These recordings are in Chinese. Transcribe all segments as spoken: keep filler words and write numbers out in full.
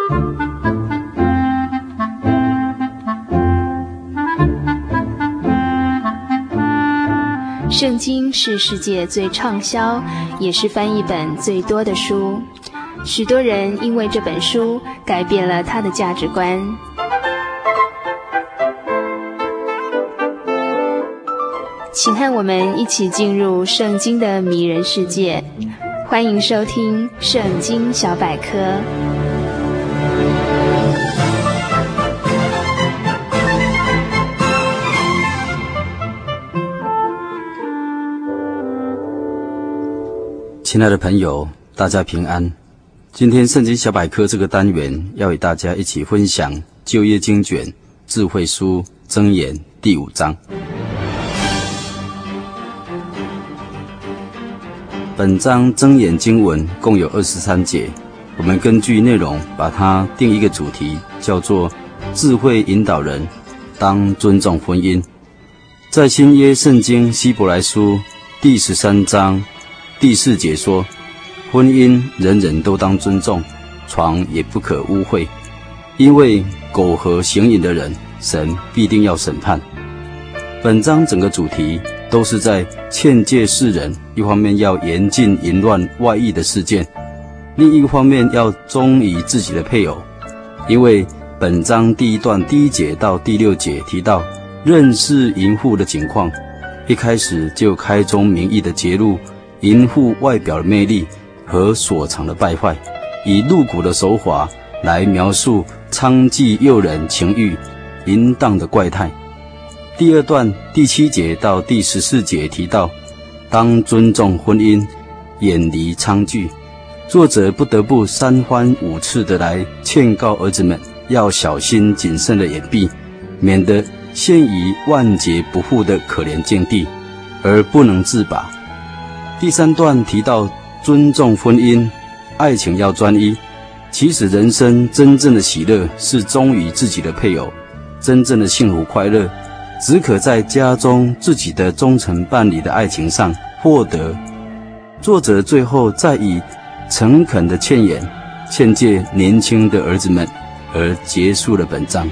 圣经是世界最畅销，也是翻译本最多的书。许多人因为这本书改变了他的价值观。请和我们一起进入圣经的迷人世界，欢迎收听《圣经小百科》。 亲爱的朋友，大家平安。今天圣经小百科这个单元要与大家一起分享旧约经卷智慧书箴言第五章。本章箴言经文共有二十三节，我们根据内容把它定一个主题，叫做智慧引导人当尊重婚姻。在新约圣经希伯来书第十三章第四节说，婚姻人人都当尊重，床也不可污秽，因为苟合行淫的人，神必定要审判。本章整个主题都是在劝诫世人，一方面要严禁淫乱外溢的事件，另一个方面要忠于自己的配偶。因为本章第一段第一节到第六节提到认识淫妇的情况，一开始就开宗明义的揭露淫妇外表的魅力和所藏的败坏，以露骨的手法来描述娼妓诱人情欲淫荡的怪态。第二段第七节到第十四节提到当尊重婚姻，远离娼妓。作者不得不三番五次的来劝告儿子们要小心谨慎的眼闭，免得陷于万劫不复的可怜境地而不能自拔。第三段提到尊重婚姻，爱情要专一。其实人生真正的喜乐是忠于自己的配偶，真正的幸福快乐只可在家中自己的忠诚伴侣的爱情上获得。作者最后再以诚恳的劝言劝诫年轻的儿子们而结束了本章。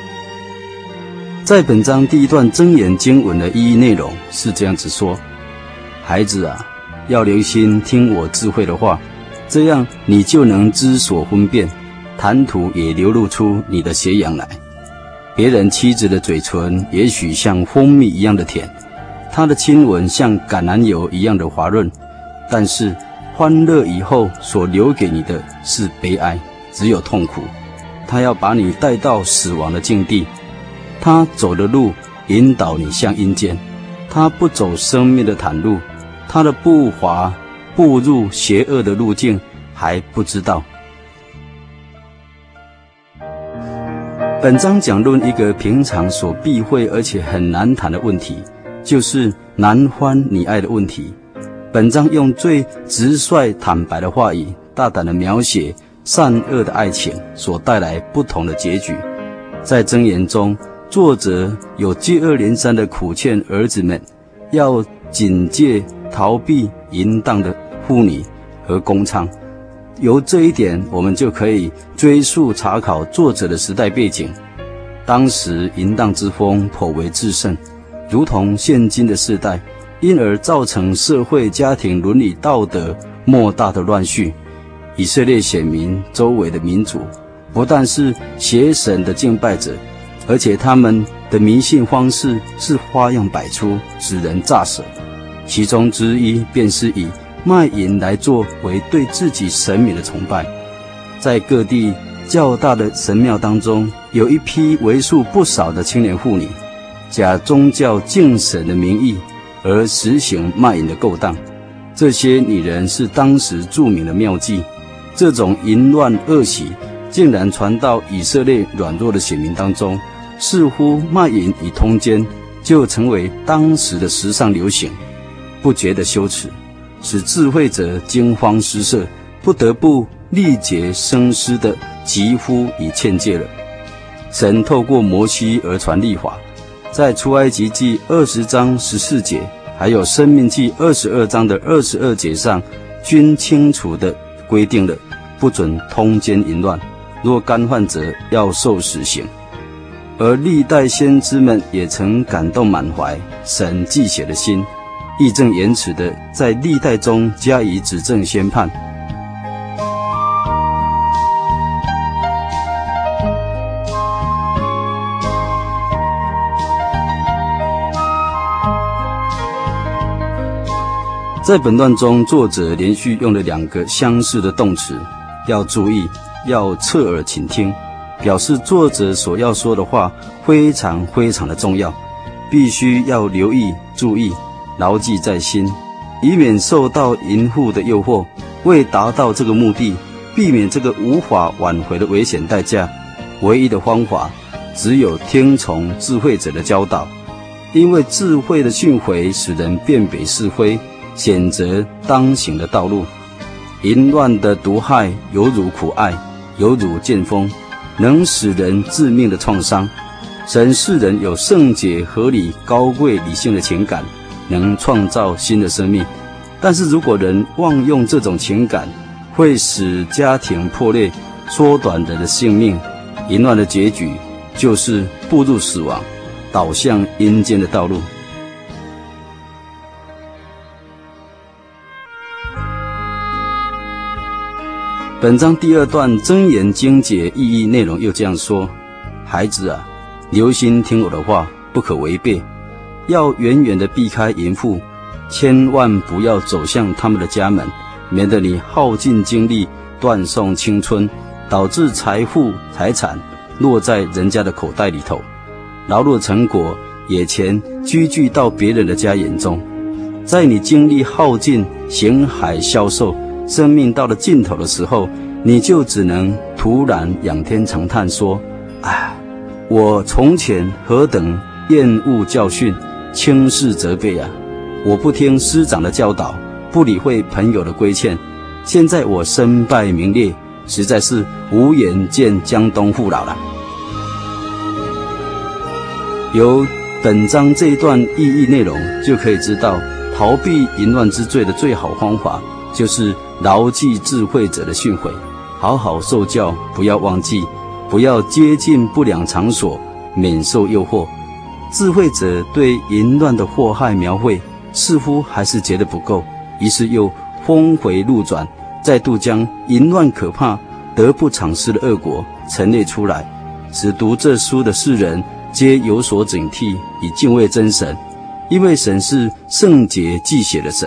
在本章第一段箴言经文的意义内容是这样子说，孩子啊，要留心听我智慧的话，这样你就能知所分辨，谈吐也流露出你的血养来。别人妻子的嘴唇也许像蜂蜜一样的甜，她的亲吻像橄榄油一样的滑润，但是欢乐以后所留给你的是悲哀，只有痛苦。她要把你带到死亡的境地，她走的路引导你向阴间，她不走生命的坦路，他的步伐步入邪恶的路径还不知道。本章讲论一个平常所避讳而且很难谈的问题，就是男欢女爱的问题。本章用最直率坦白的话语，大胆地描写善恶的爱情所带来不同的结局。在箴言中，作者有接二连三地苦劝儿子们要警戒逃避淫荡的妇女和公娼。由这一点我们就可以追溯查考作者的时代背景。当时淫荡之风颇为炽盛，如同现今的世代，因而造成社会家庭伦理道德莫大的乱序。以色列选民周围的民族不但是邪神的敬拜者，而且他们的迷信方式是花样百出，使人咋舌。其中之一便是以卖淫来作为对自己神明的崇拜。在各地较大的神庙当中，有一批为数不少的青年妇女，假宗教敬神的名义而实行卖淫的勾当。这些女人是当时著名的妙妓。这种淫乱恶习竟然传到以色列软弱的选民当中，似乎卖淫与通奸就成为当时的时尚流行，不觉得羞耻，使智慧者惊慌失色，不得不力竭声嘶的疾呼与劝诫了。神透过摩西而传律法，在出埃及记二十章十四节，还有申命记二十二章的二十二节上，均清楚地规定了不准通奸淫乱， 若干犯者要受死刑。而历代先知们也曾感动满怀神记血的心，义正言辞地在历代中加以指正宣判。在本段中，作者连续用了两个相似的动词，要注意，要侧耳倾听，表示作者所要说的话非常非常的重要，必须要留意、注意、牢记在心，以免受到淫妇的诱惑。为达到这个目的，避免这个无法挽回的危险代价，唯一的方法只有听从智慧者的教导，因为智慧的训诲使人辨别是非，选择当行的道路。淫乱的毒害犹如苦艾，犹如剑锋，能使人致命的创伤。神是人有圣洁、合理、高贵、理性的情感，能创造新的生命。但是如果人妄用这种情感，会使家庭破裂，缩短人的性命。淫乱的结局就是步入死亡，导向阴间的道路。本章第二段箴言经节意义内容又这样说：孩子啊，留心听我的话，不可违背，要远远地避开淫妇，千万不要走向他们的家门，免得你耗尽精力，断送青春，导致财富财产落在人家的口袋里头，劳碌成果也钱居聚到别人的家眼中。在你精力耗尽，形骸消瘦，生命到了尽头的时候，你就只能突然仰天长叹说：哎，我从前何等厌恶教训，轻视责备啊！我不听师长的教导，不理会朋友的规劝，现在我身败名裂，实在是无颜见江东父老了。由本章这一段意义内容就可以知道，逃避淫乱之罪的最好方法就是牢记智慧者的训诲，好好受教，不要忘记，不要接近不良场所，免受诱惑。智慧者对淫乱的祸害描绘似乎还是觉得不够，于是又峰回路转，再度将淫乱可怕、得不偿失的恶果陈列出来，使读这书的世人皆有所警惕，以敬畏真神，因为神是圣洁忌血的神。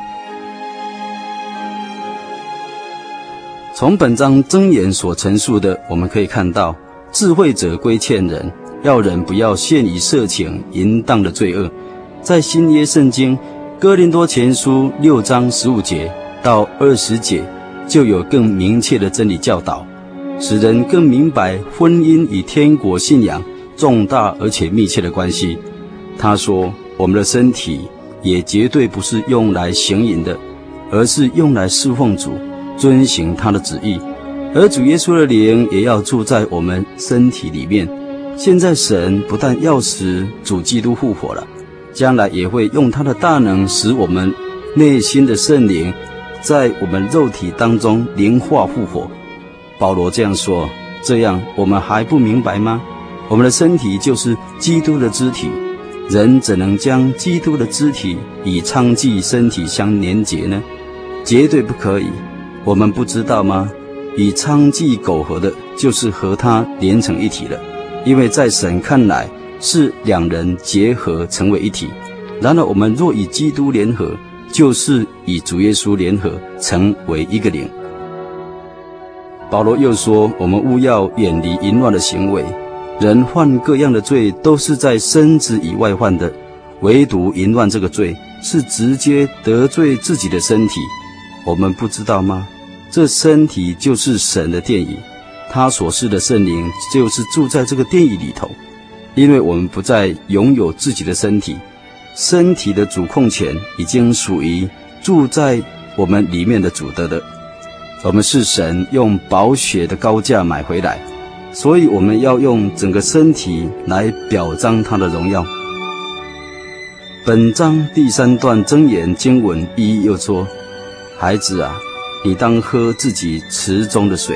从本章箴言所陈述的，我们可以看到，智慧者规劝人，要人不要陷于色情淫荡的罪恶。在新约圣经哥林多前书六章十五节到二十节，就有更明确的真理教导，使人更明白婚姻与天国信仰重大而且密切的关系。他说，我们的身体也绝对不是用来行淫的，而是用来侍奉主，遵行他的旨意，而主耶稣的灵也要住在我们身体里面。现在神不但要使主基督复活了，将来也会用他的大能使我们内心的圣灵在我们肉体当中灵化复活。保罗这样说，这样我们还不明白吗？我们的身体就是基督的肢体，人怎能将基督的肢体与娼妓身体相连结呢？绝对不可以。我们不知道吗？与娼妓苟合的，就是和他连成一体了，因为在神看来是两人结合成为一体。然而我们若与基督联合，就是与主耶稣联合成为一个灵。保罗又说，我们务要远离淫乱的行为。人犯各样的罪都是在身子以外犯的，唯独淫乱这个罪是直接得罪自己的身体。我们不知道吗？这身体就是神的殿宇，他所赐的圣灵就是住在这个殿宇里头。因为我们不再拥有自己的身体，身体的主控权已经属于住在我们里面的主得的。我们是神用宝血的高价买回来，所以我们要用整个身体来表彰他的荣耀。本章第三段箴言经文意义又说，孩子啊，你当喝自己池中的水，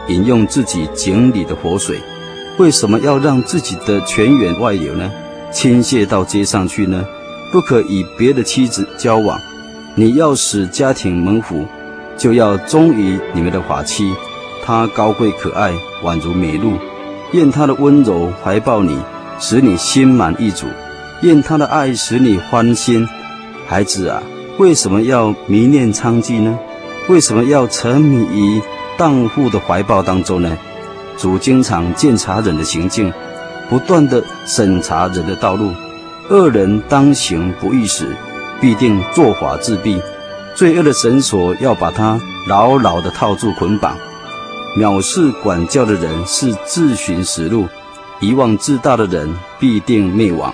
饮用自己井里的活水？为什么要让自己的泉源外流呢？倾泻到街上去呢？不可与别的妻子交往。你要使家庭蒙福，就要忠于你们的法妻。她高贵可爱，宛如美露。愿她的温柔怀抱你，使你心满意足。愿她的爱使你欢心。孩子啊，为什么要迷恋娼妓呢？为什么要沉迷于荡妇的怀抱当中呢？主经常鉴察人的行径，不断地审查人的道路。恶人当行不义时，必定做法自毙。罪恶的绳索要把他牢牢地套住捆绑。藐视管教的人是自寻死路，遗忘自大的人必定灭亡。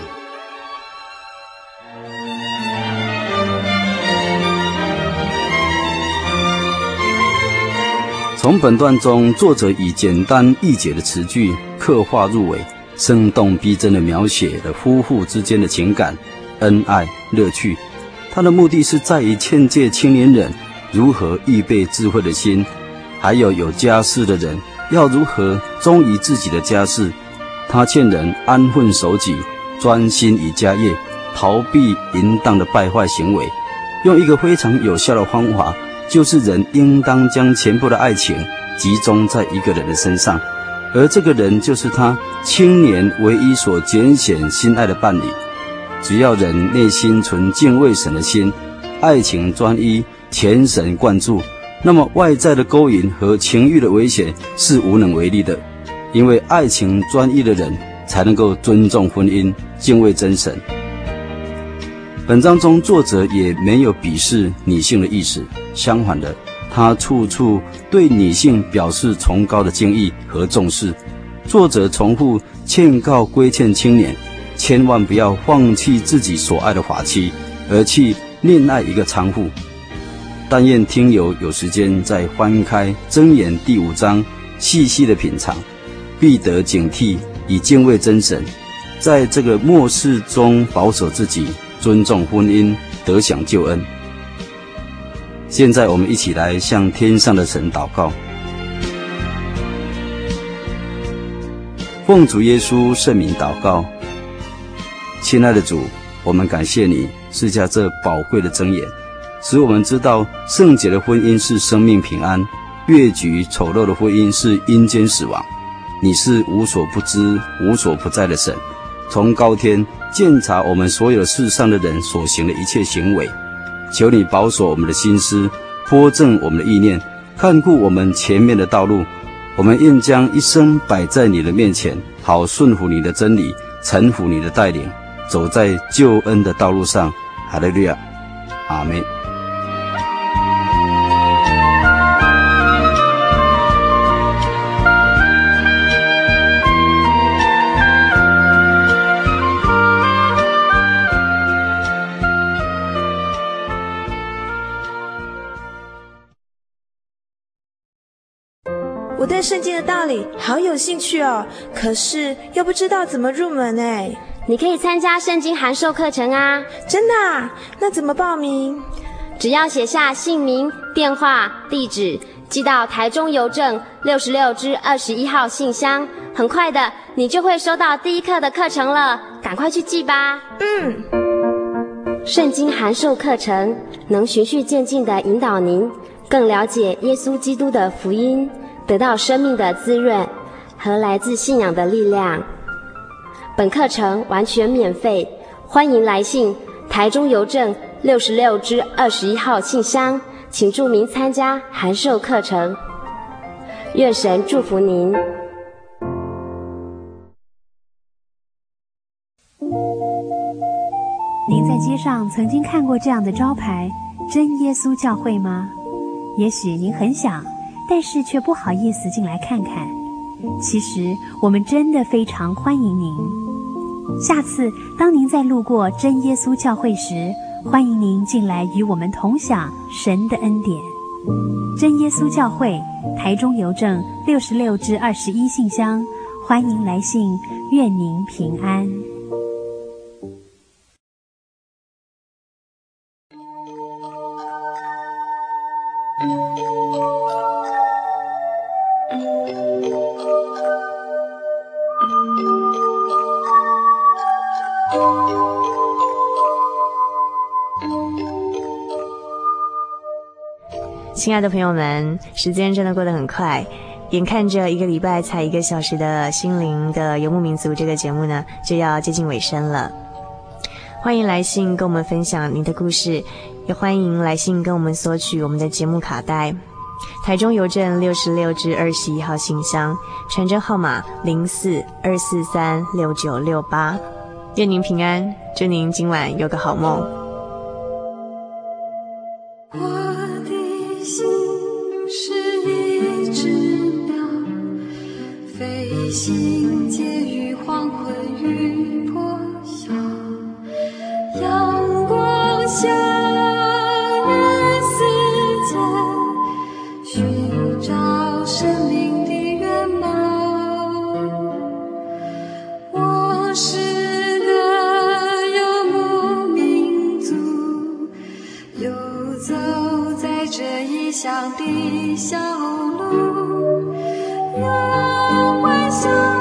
从本段中，作者以简单易解的词句刻画入微，生动逼真地描写了夫妇之间的情感、恩爱、乐趣。他的目的是在于劝诫青年人如何预备智慧的心，还有有家室的人要如何忠于自己的家事。他劝人安分守己，专心于家业，逃避淫荡的败坏行为。用一个非常有效的方法，就是人应当将全部的爱情集中在一个人的身上，而这个人就是他青年唯一所拣选心爱的伴侣。只要人内心存敬畏神的心，爱情专一，全神贯注，那么外在的勾引和情欲的危险是无能为力的。因为爱情专一的人才能够尊重婚姻，敬畏真神。本章中作者也没有鄙视女性的意思，相反的，他处处对女性表示崇高的敬意和重视。作者重复劝告规劝青年，千万不要放弃自己所爱的法妻，而去恋爱一个娼妇。但愿听友有时间再翻开箴言第五章，细细的品尝，必得警惕，以敬畏真神，在这个末世中保守自己，尊重婚姻，得享救恩。现在我们一起来向天上的神祷告。奉主耶稣圣名祷告。亲爱的主，我们感谢你赐下这宝贵的箴言，使我们知道圣洁的婚姻是生命平安，越矩丑陋的婚姻是阴间死亡。你是无所不知、无所不在的神，从高天鉴察我们所有世上的人所行的一切行为。求你保守我们的心思，拨正我们的意念，看顾我们前面的道路。我们愿将一生摆在你的面前，好顺服你的真理，臣服你的带领，走在救恩的道路上。哈利路亚，阿们。 我对圣经的道理好有兴趣哦，可是又不知道怎么入门哎。 你可以参加圣经函授课程啊。 真的啊？那怎么报名？ 只要写下姓名、电话、地址，寄到台中邮政六十六支二十一号信箱，很快的你就会收到第一课的课程了，赶快去寄吧。 嗯。 圣经函授课程能循序渐进地引导您更了解耶稣基督的福音，得到生命的滋润和来自信仰的力量。本课程完全免费，欢迎来信台中邮政六十六支二十一号信箱，请注明参加函授课程。愿神祝福您。 您在街上曾经看过这样的招牌“真耶稣教会”吗？也许您很想，但是却不好意思进来看看。其实我们真的非常欢迎您。下次当您在路过真耶稣教会时，欢迎您进来与我们同享神的恩典。真耶稣教会，台中邮政六十六支二十一信箱，欢迎来信，愿您平安。 亲爱的朋友们，时间真的过得很快，眼看着一个礼拜才一个小时的心灵的游牧民族这个节目呢，就要接近尾声了。欢迎来信跟我们分享您的故事，也欢迎来信跟我们索取我们的节目卡带。台中邮政六十六至二十一号信箱，传真号码零四二四三六九六八。愿您平安，祝您今晚有个好梦。 我的心是一只鸟，飞行介于黄昏与破晓，阳光下寻找生命的原貌，我是个游牧民族，游走在这异乡的小路，有欢笑。